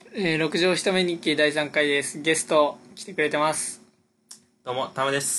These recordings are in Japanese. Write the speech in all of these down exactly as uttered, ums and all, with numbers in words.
えー、六畳一目日記だいさんかいです。ゲスト来てくれてます。 どうも、たまです。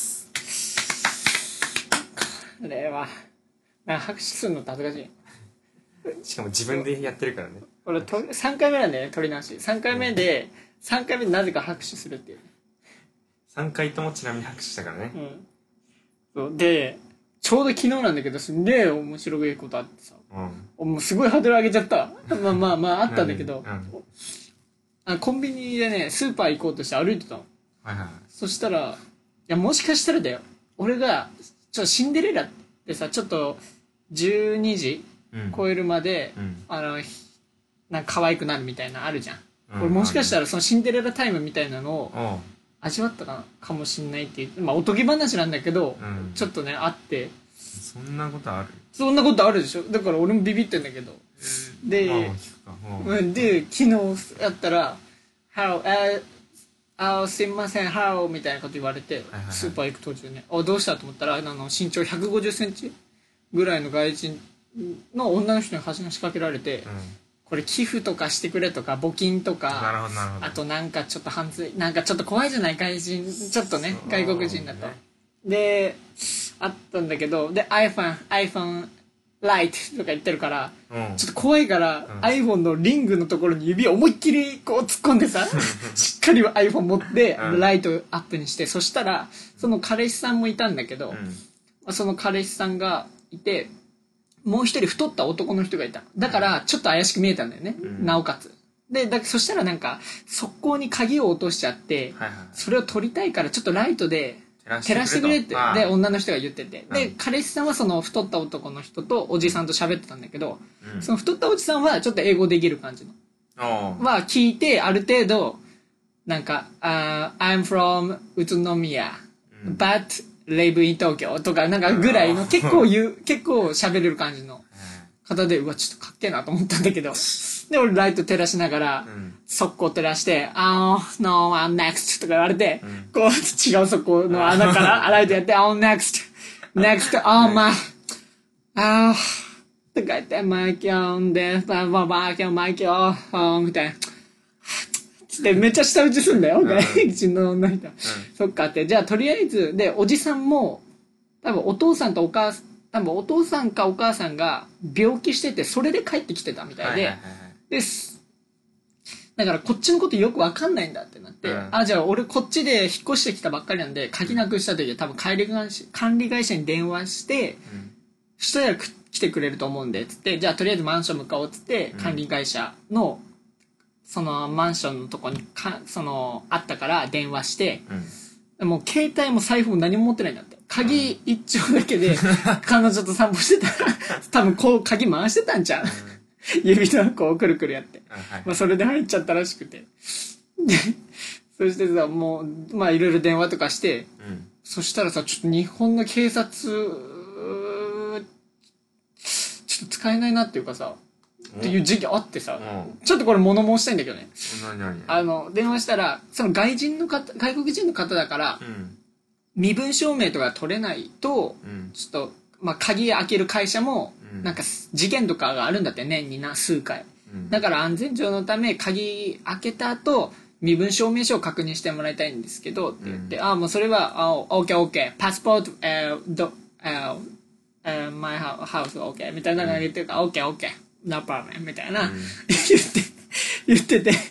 これはなんか拍手するのって恥ずかしい。しかも自分でやってるからね。 俺とさんかいめなんだよね、撮り直し。さんかいめで、うん、さんかいめでなぜか拍手するっていう。 さんかいともちなみに拍手したからね。 うん。そうで、ちょうど昨日なんだけど、すんげえ面白いことあってさ。うん。もうすごいハードル上げちゃった。まあまあまああったんだけど。うん、あコンビニでね、スーパー行こうとして歩いてたの。 はいはい。 そしたら、いやもしかしたらだよ。俺が、ちょっとシンデレラってさ、ちょっとじゅうにじ超えるまで、うん、あの、なんか可愛くなるみたいなあるじゃん。うん、俺もしかしたらそのシンデレラタイムみたいなのを味わったかかもしんないっていう、まあおとぎ話なんだけど、うん、ちょっとね、あって。 そんなことある？ そんなことあるでしょ。だから俺もビビってんだけど。えー、で、まあ、で、昨日やったら、How, uh, あすいません、How みたいなこと言われて、はいはいはい、スーパー行く途中ね、あどうしたと思ったら、あの身長ひゃくごじゅっセンチぐらいの外人の女の人に話しかけられて、うん、これ寄付とかしてくれとか募金とか、 なるほどなるほど、 あとなんかちょっと犯罪なんかちょっと怖いじゃない外人ちょっとね外国人だと、ね、であったんだけどで iPhone iPhone ライトとか言ってるから、うん、ちょっと怖いから、うん、iPhone のリングのところに指を思いっきりこう突っ込んでさしっかり iPhone 持って、うん、ライトアップにして、そしたらその彼氏さんもいたんだけど、うん、その彼氏さんがいてもう一人太った男の人がいた。だからちょっと怪しく見えたんだよね、うん、なおかつでだそしたらなんか速攻に鍵を落としちゃって、はいはい、それを取りたいからちょっとライトで照らしてくれってで女の人が言ってて、で、うん、彼氏さんはその太った男の人とおじさんと喋ってたんだけど、うん、その太ったおじさんはちょっと英語できる感じのは聞いて、ある程度なんか、uh, I'm from 宇都宮、うん、but live in 東京とかなんかぐらいの結構言う結構喋れる感じの方で、うわちょっとかっけえなと思ったんだけど、で俺ライト照らしながら、うん、速攻照らして「あー no I'm next」とか言われて、うん、こう違う速攻の穴からライトやって「I'm next next oh my あー」とか言って「マイキョンでバババキョンマイキョン」みたいなでめっちゃ舌打ちすんだよ外国人の女の人、うん、そっかって。じゃあとりあえずでおじさんも多分お父さんとお母さん多分お父さんかお母さんが病気しててそれで帰ってきてたみたいで、はいはいはいはい、ですだからこっちのことよく分かんないんだってなって、うん、あじゃあ俺こっちで引っ越してきたばっかりなんで鍵なくした時は多分管理会社管理会社に電話して、うん、そしたら来てくれると思うんでつって、じゃあとりあえずマンション向かおうっつって、うん、管理会社のそのマンションのとこにかそのあったから電話して、うん、もう携帯も財布も何も持ってないんだって。鍵一丁だけで彼女と散歩してたら多分こう鍵回してたんちゃう、うん、指のこうくるくるやって、はい、まあ、それで入っちゃったらしくて、でそしてさもうまあいろいろ電話とかして、うん、そしたらさちょっと日本の警察ちょっと使えないなっていうかさっていう時期あってさ、うん、ちょっとこれ物申したいんだけどね、あの電話したらその外人の方外国人の方だから、うん、身分証明とか取れないと、うん、ちょっと、まあ、鍵開ける会社も、うん、なんか事件とかがあるんだって年にな数回、うん、だから安全上のため鍵開けた後身分証明書を確認してもらいたいんですけどって言って、うん、ああもうそれはあ OKOK パスポート、えー、ど、えーえー、マイハウス OK みたいなのが言ってるから、うん、OKOK No problem みたいな、うん、言って言ってて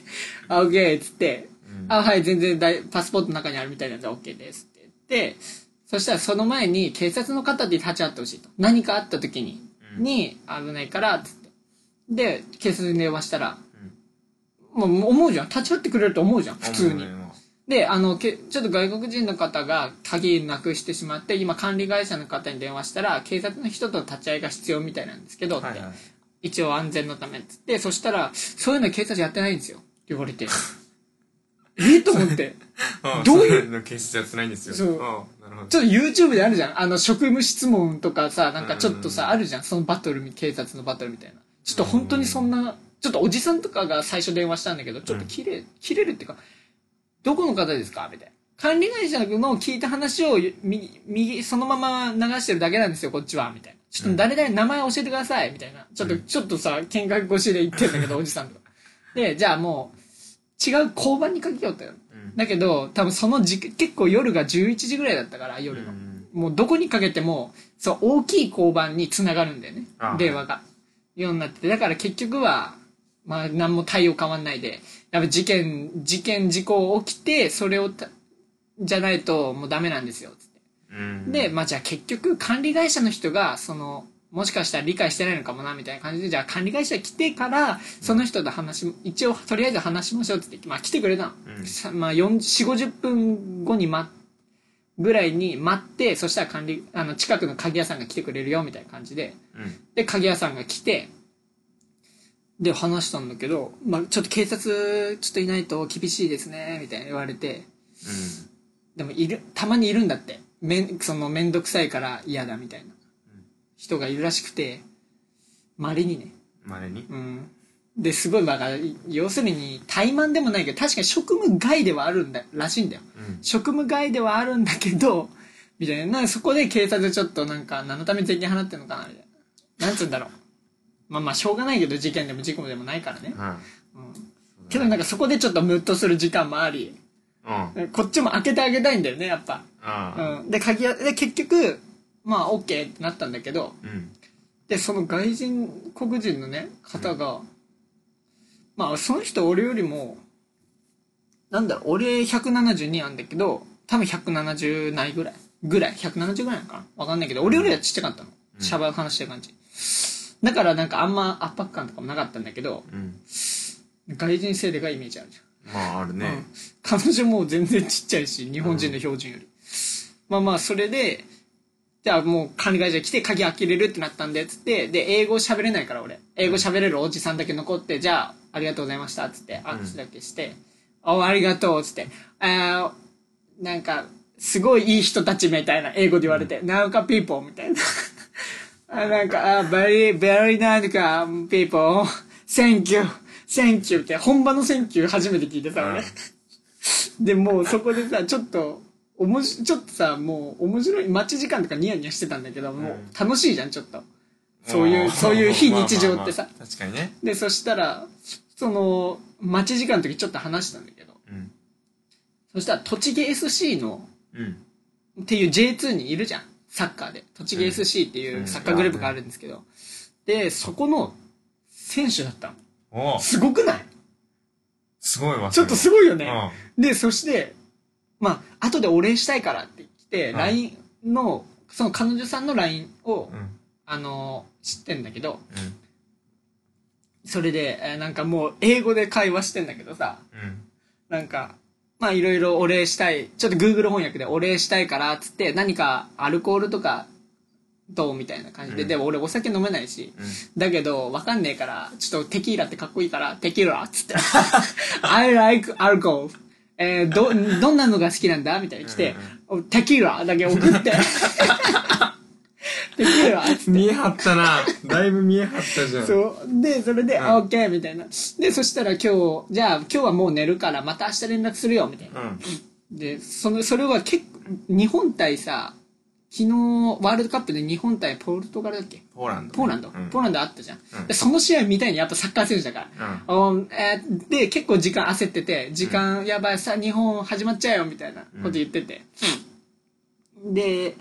OK っつって、うん、あはい全然大パスポートの中にあるみたいなんで OK ですで、そしたらその前に警察の方で立ち会ってほしいと。何かあった時に、うん、に危ないからっつって。で、警察に電話したら、うん、もう思うじゃん。立ち会ってくれると思うじゃん。普通に。で、あの、けちょっと外国人の方が鍵なくしてしまって、今管理会社の方に電話したら、警察の人と立ち会いが必要みたいなんですけどって。はいはい、一応安全のためっつって、そしたら、そういうの警察やってないんですよ。って言われて。えと思ってどういうの警察やってないんですよ。そうなるほど。ちょっと YouTube であるじゃん、あの職務質問とかさ、なんかちょっとさあるじゃん、そのバトル警察のバトルみたいな。ちょっと本当にそんなちょっとおじさんとかが最初電話したんだけど、ちょっと切れ、うん、切れるっていうか、どこの方ですかみたいな。管理会社の聞いた話を右右そのまま流してるだけなんですよこっちはみたいな。ちょっと誰々名前教えてくださいみたいな。ちょっと、うん、ちょっとさ喧嘩腰で言ってんだけどおじさんとかで、じゃあもう違う交番にかけよったよ、 うん、 だけど多分その時結構夜がじゅういちじぐらいだったから夜の、うん、もうどこにかけてもそう大きい交番に繋がるんだよね電話がようになってて、だから結局はまあ何も対応変わんないで、やっぱ事件事件事故起きてそれをじゃないともうダメなんですよつって、うん、でまあじゃあ結局管理会社の人がそのもしかしたら理解してないのかもなみたいな感じで、じゃあ管理会社来てからその人と話一応とりあえず話しましょうって言って、まあ来てくれたの、うん、まあよんじゅう、ごじゅっぷんごに待ぐらいに待って、そしたら管理あの近くの鍵屋さんが来てくれるよみたいな感じで、うん、で鍵屋さんが来てで話したんだけど、まあちょっと警察ちょっといないと厳しいですねみたいな言われて、うん、でもいるたまにいるんだって、めんそのめんどくさいから嫌だみたいな人がいるらしくて、稀にね。 稀に。 うん。で、すごい、まあ、要するに、怠慢でもないけど、確かに職務外ではあるんだ、らしいんだよ。うん、職務外ではあるんだけど、みたいな。そこで警察ちょっとなんか、何のために税金払ってんのかな、みたいな。なんつうんだろう。まあまあ、しょうがないけど、事件でも事故でもないからね。うん。うん、けどなんかそこでちょっとムッとする時間もあり、うん、こっちも開けてあげたいんだよね、やっぱ。うん。で、鍵屋、で、結局、まあ OK ってなったんだけど、うん、でその外人黒人のね方が、うん、まあその人俺よりもなんだろう、俺ひゃくななじゅうにあんだけど多分ひゃくななじゅうないぐらいぐらいひゃくななじゅうぐらいなのかなわかんないけど、俺よりはちっちゃかったの、うん、シャバ話してる感じだからなんかあんま圧迫感とかもなかったんだけど、うん、外人性でかいイメージあるじゃん。 まああるね、うん、 彼女も全然ちっちゃいし日本人の標準より、うん、まあまあそれでじゃあもう管理会社来て鍵開けれるってなったんでつって、で英語喋れないから俺英語喋れるおじさんだけ残って、じゃあありがとうございましたっつって握手だけして、うん、おありがとうっつって、あなんかすごいいい人たちみたいな英語で言われて、なんか people みたいなあなんかあ very very nice people thank you thank you って本場の thank you 初めて聞いてさ俺、うん、でもうそこでさちょっとおもしちょっとさもう面白い待ち時間とかニヤニヤしてたんだけど、もう楽しいじゃんちょっとそういうそういう非日常ってさ、まあまあまあ、 確かにね。 でそしたらその待ち時間の時ちょっと話したんだけど、うん、そしたら栃木 エスシー の、うん、っていう ジェイツー にいるじゃんサッカーで栃木 エスシー っていうサッカーグループがあるんですけど、うんうん、でそこの選手だったの。すごくない？ すごいわ。 ちょっとすごいよね。でそしてまあ後でお礼したいからって言って、うん、ライン のその彼女さんの ライン を、うん、あの知ってんだけど、うん、それで、えー、なんかもう英語で会話してんだけどさ、うん、なんかまあいろいろお礼したい、ちょっと Google 翻訳でお礼したいからっつって何かアルコールとかどうみたいな感じで、うん、でも俺お酒飲めないし、うん、だけどわかんねえからちょっとテキーラってかっこいいからテキーラっつってI like alcohol、えー、どどんなのが好きなんだみたいに来て、うんうん、テキーラだけ送ってテキーラっつって見え張ったな、だいぶ見え張ったじゃん。 そうでそれで、うん、OK みたいなでそしたら今日じゃあ今日はもう寝るからまた明日連絡するよみたいな、うん、でそのそれは結構日本対さ昨日ワールドカップで日本対ポルトガルだっけポーランドポーランド、 うん、 ポーランドあったじゃん、うん、でその試合見たいにやっぱサッカー選手だから、うんえー、で結構時間焦ってて時間、うん、やばいさ日本始まっちゃうよみたいなこと言ってて、うん、で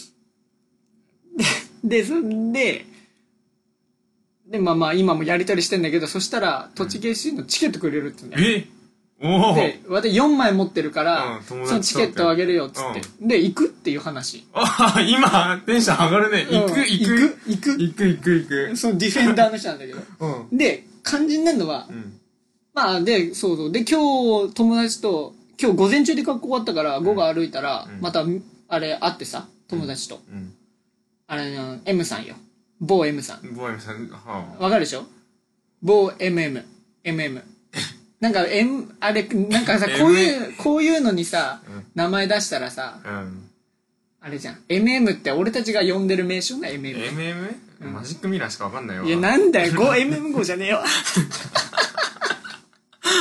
でそんででまあまあ今もやり取りしてんだけど、そしたら栃木 エスシー のチケットくれるって言うんだよ、 えおで私よんまい持ってるから、うん、そのチケットあげるよっつって、うん、で行くっていう話。 あ今テンション上がるね。行く、うん、行く行く行く行く行くそのディフェンダーの人なんだけど、うん、で肝心なのは、うん、まあでそうそうで今日友達と今日午前中で学校終わったから午後歩いたら、うん、またあれ会ってさ友達と、うんうん、あれ M さんよ、某 M さん某 M さんはあわかるでしょ、某 エムエム エムエムなんか、M、あれ、なんかさ、こういう、こういうのにさ、うん、名前出したらさ、うん、あれじゃん。エムエム って俺たちが呼んでる名称が エムエム。 エムエム？うん、マジックミラーしかわかんないよ。 いや、なんだよ、ごエムエム 号じゃねえよ。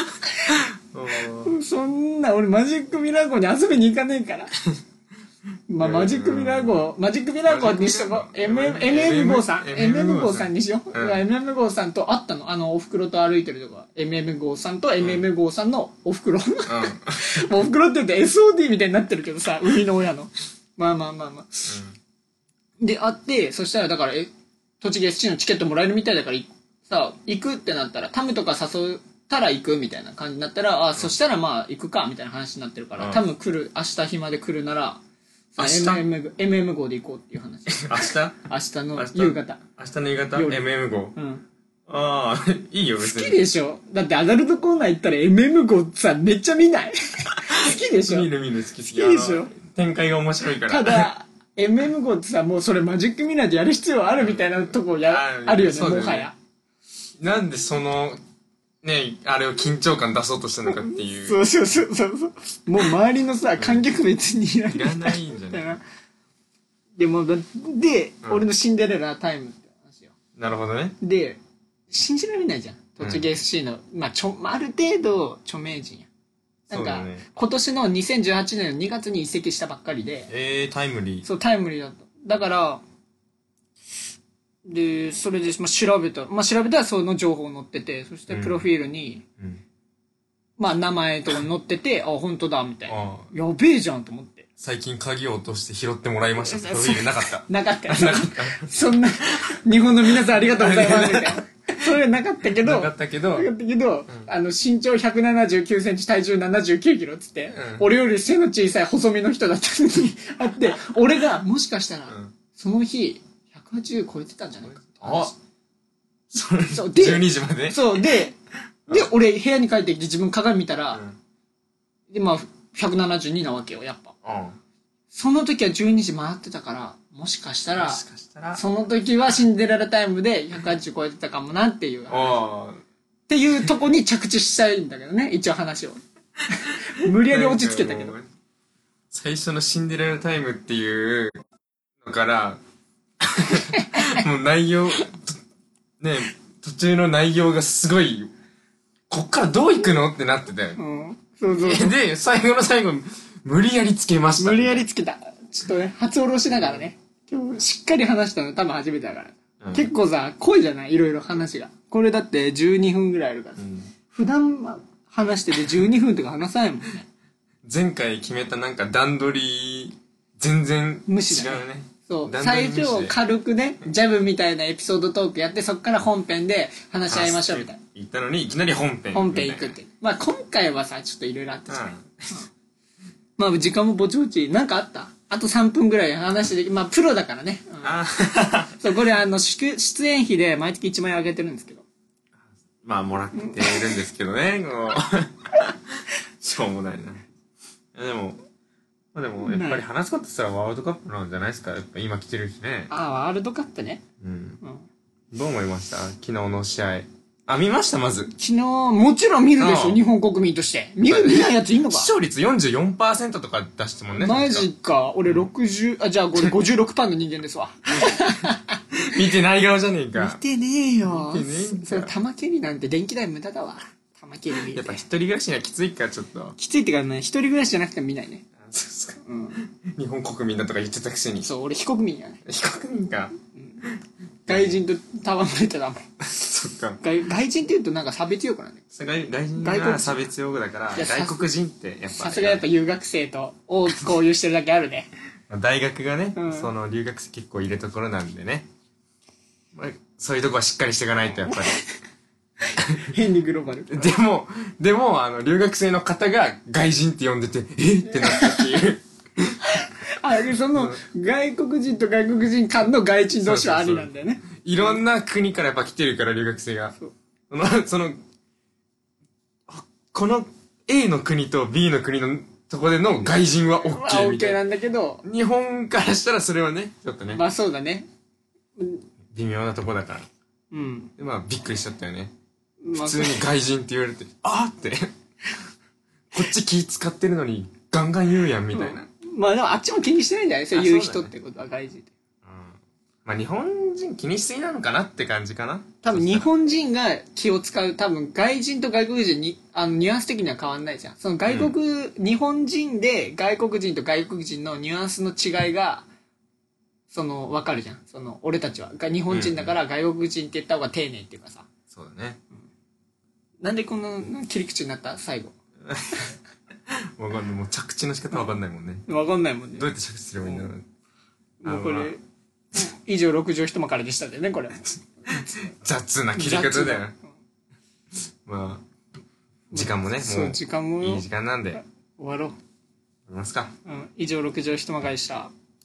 そんな、俺マジックミラー号に遊びに行かねえから。 まあ、マジックミラー号、マジックミラー号にしとこう。エムエム、エムエム 号さん。エムエム 号さんにしよう。 うん、 エムエム 号さんと会ったの。あの、お袋と歩いてるとこ。エムエム 号さんと エムエム 号さんのお袋。うん、お袋って言うと エスオーディー みたいになってるけどさ、生みの親の。まあまあまあまあ。うん、で、会って、そしたらだから、え、栃木 エスシー のチケットもらえるみたいだから、さ、行くってなったら、タムとか誘ったら行くみたいな感じになったら、あ、うん、そしたらまあ行くか、みたいな話になってるから、うん、タム来る、明日暇で来るなら、エムエム、エムエム 号で行こうっていう話。 明日明日の夕方。 明日の夕方 ?エムエム 号。 うん。 ああ、いいよ別に。 好きでしょ？だってアダルトコーナー行ったら エムエム 号さ、めっちゃ見ない？好きでしょ？ 見る見る好き好き。 好きでしょ？ 展開が面白いから。 ただ、エムエム 号ってさ、もうそれマジックミラーでやる必要あるみたいなとこや、あ, あるよね、もはや。 なんでその、ね、あれを緊張感出そうとしたのかっていう。 そうそうそうそう。もう周りのさ、観客別にいらない。 いらないんじゃないでも、で、うん、俺のシンデレラタイムって話よ。 なるほどね。 で、信じられないじゃん。栃木 エスシー の、うん、まあ、ちょ、ある程度、著名人や。なんか、ね、今年のにせんじゅうはちねんのにがつに移籍したばっかりで。 えー、タイムリー。 そう、タイムリーだった。だから、で、それで、まあ、調べた。まあ、調べたらその情報載ってて、そしてプロフィールに、うんうん、まあ、名前とか載ってて、あ、本当だ、みたいな。やべえじゃんと思って。 最近鍵を落として拾ってもらいました。プロフィールなかった。 なかった。なかった。そんな、日本の皆さんありがとうございます、みたいな。それなかったけど、 なかったけど、 なかったけど、うん、あの、身長ひゃくななじゅうきゅうセンチ、体重ななじゅうきゅうキロっつって、うん、俺より背の小さい細身の人だったのに、あって、俺が、もしかしたら、うん、その日、ひゃくはちじゅう超えてたんじゃないか。 あそれ、そう、で、じゅうにじまでそう、で、で、俺、部屋に帰ってきて自分鏡見たら、うん、で、まあ、ひゃくななじゅうになわけよ、やっぱ。うん、その時はじゅうにじ回ってたから、もしかしたら、 もしかしたらその時はシンデレラタイムでひゃくはちじゅう超えてたかもなっていう。っていうとこに着地したいんだけどね、一応話を。無理やり落ち着けたけど。 最初のシンデレラタイムっていうのから、もう内容、ね、途中の内容がすごい、こっからどう行くのってなってて。うん。そうそうそう。で、最後の最後、無理やりつけました。 無理やりつけた。ちょっとね、初おろしながらね。今日しっかり話したの多分初めてだから。うん、結構さ、濃いじゃないいろいろ話が。これだってじゅうにふんぐらいあるから。うん、普段話しててじゅうにふんとか話さないもんね。 前回決めたなんか段取り、全然違うね。 無視だね。そう。最初軽くね、ジャブみたいなエピソードトークやって、そっから本編で話し合いましょうみたいな。 言ったのに、いきなり本編。 本編行くって。まあ今回はさ、ちょっといろいろあったじゃない、うん、まあ時間もぼちぼち、なんかあったあとさんぷんぐらい話で、まあプロだからね。うん、あそう、これあの、出演費で毎月いちまん円あげてるんですけど。 まあもらってるんですけどね、もう。しょうもないな。でも、まあでも、やっぱり話すことしたらワールドカップなんじゃないですか。やっぱ今来てるしね。 ああ、ワールドカップね。 うん。うん、どう思いました昨日の試合。あ、見ましたまず。 昨日、もちろん見るでしょ、日本国民として。見る、見ないやついんのか視聴率 よんじゅうよんパーセント とか出してもんね。 マジか。俺ろくじゅう、あ、じゃあこれ ごじゅうろくパーセント の人間ですわ。 見てない側じゃねえか。 見てねえよ。 見てねえんか。 それ、玉切りなんて電気代無駄だわ。玉切り見て。 やっぱ一人暮らしにはきついか、ちょっと。 きついってかね、一人暮らしじゃなくても見ないね。 そうですか。うん。日本国民だとか言ってたくせに。 そう、俺非国民やね。 非国民か。うん、 外人と戯れてたもん。 そっか。 外外人って言うとなんか差別用語なんだよ。 外外人が差別用語だから、外国人ってやっぱ。 さすがやっぱ留学生と多く交流してるだけあるね。 大学がね、うん、その留学生結構いるところなんでね。まあ、そういうとこはしっかりしていかないとやっぱり。 変にグローバル。 でも、でも、あの、留学生の方が外人って呼んでて、えってなったっていう。 あ、その、外国人と外国人間の外人同士はありなんだよね。 そうそうそういろんな国からやっぱ来てるから、留学生が。その、その、この A の国と B の国のとこでの外人は OK みたいな。 OK なんだけど。 日本からしたらそれはね、ちょっとね。 まあそうだね。 微妙なとこだから。 うん。 まあびっくりしちゃったよね。普通に外人って言われて、あーって。こっち気使ってるのにガンガン言うやんみたいな。 まあでもあっちも気にしてないんじゃないそういう人ってことは外人って。 うん。まあ日本本人気にしすぎなのかなって感じかな。 多分日本人が気を使う、多分外人と外国人にあのニュアンス的には変わんないじゃん。その外国、うん、日本人で外国人と外国人のニュアンスの違いがその分かるじゃん。その俺たちは日本人だから外国人って言った方が丁寧っていうかさ。 そうだね、 うん、なんでこの切り口になった最後。 わかんない。もう着地の仕方わかんないもんね。 わかんないもんね。 どうやって着地すればいいんだろう。 もうこれ以上ろく畳一間からでしたんでねこれ。 雑な切り方だよ。まあ時間もね、もう時間もいい時間なんで終わろう。終わりますか。 うん、以上ろく畳一間からでした。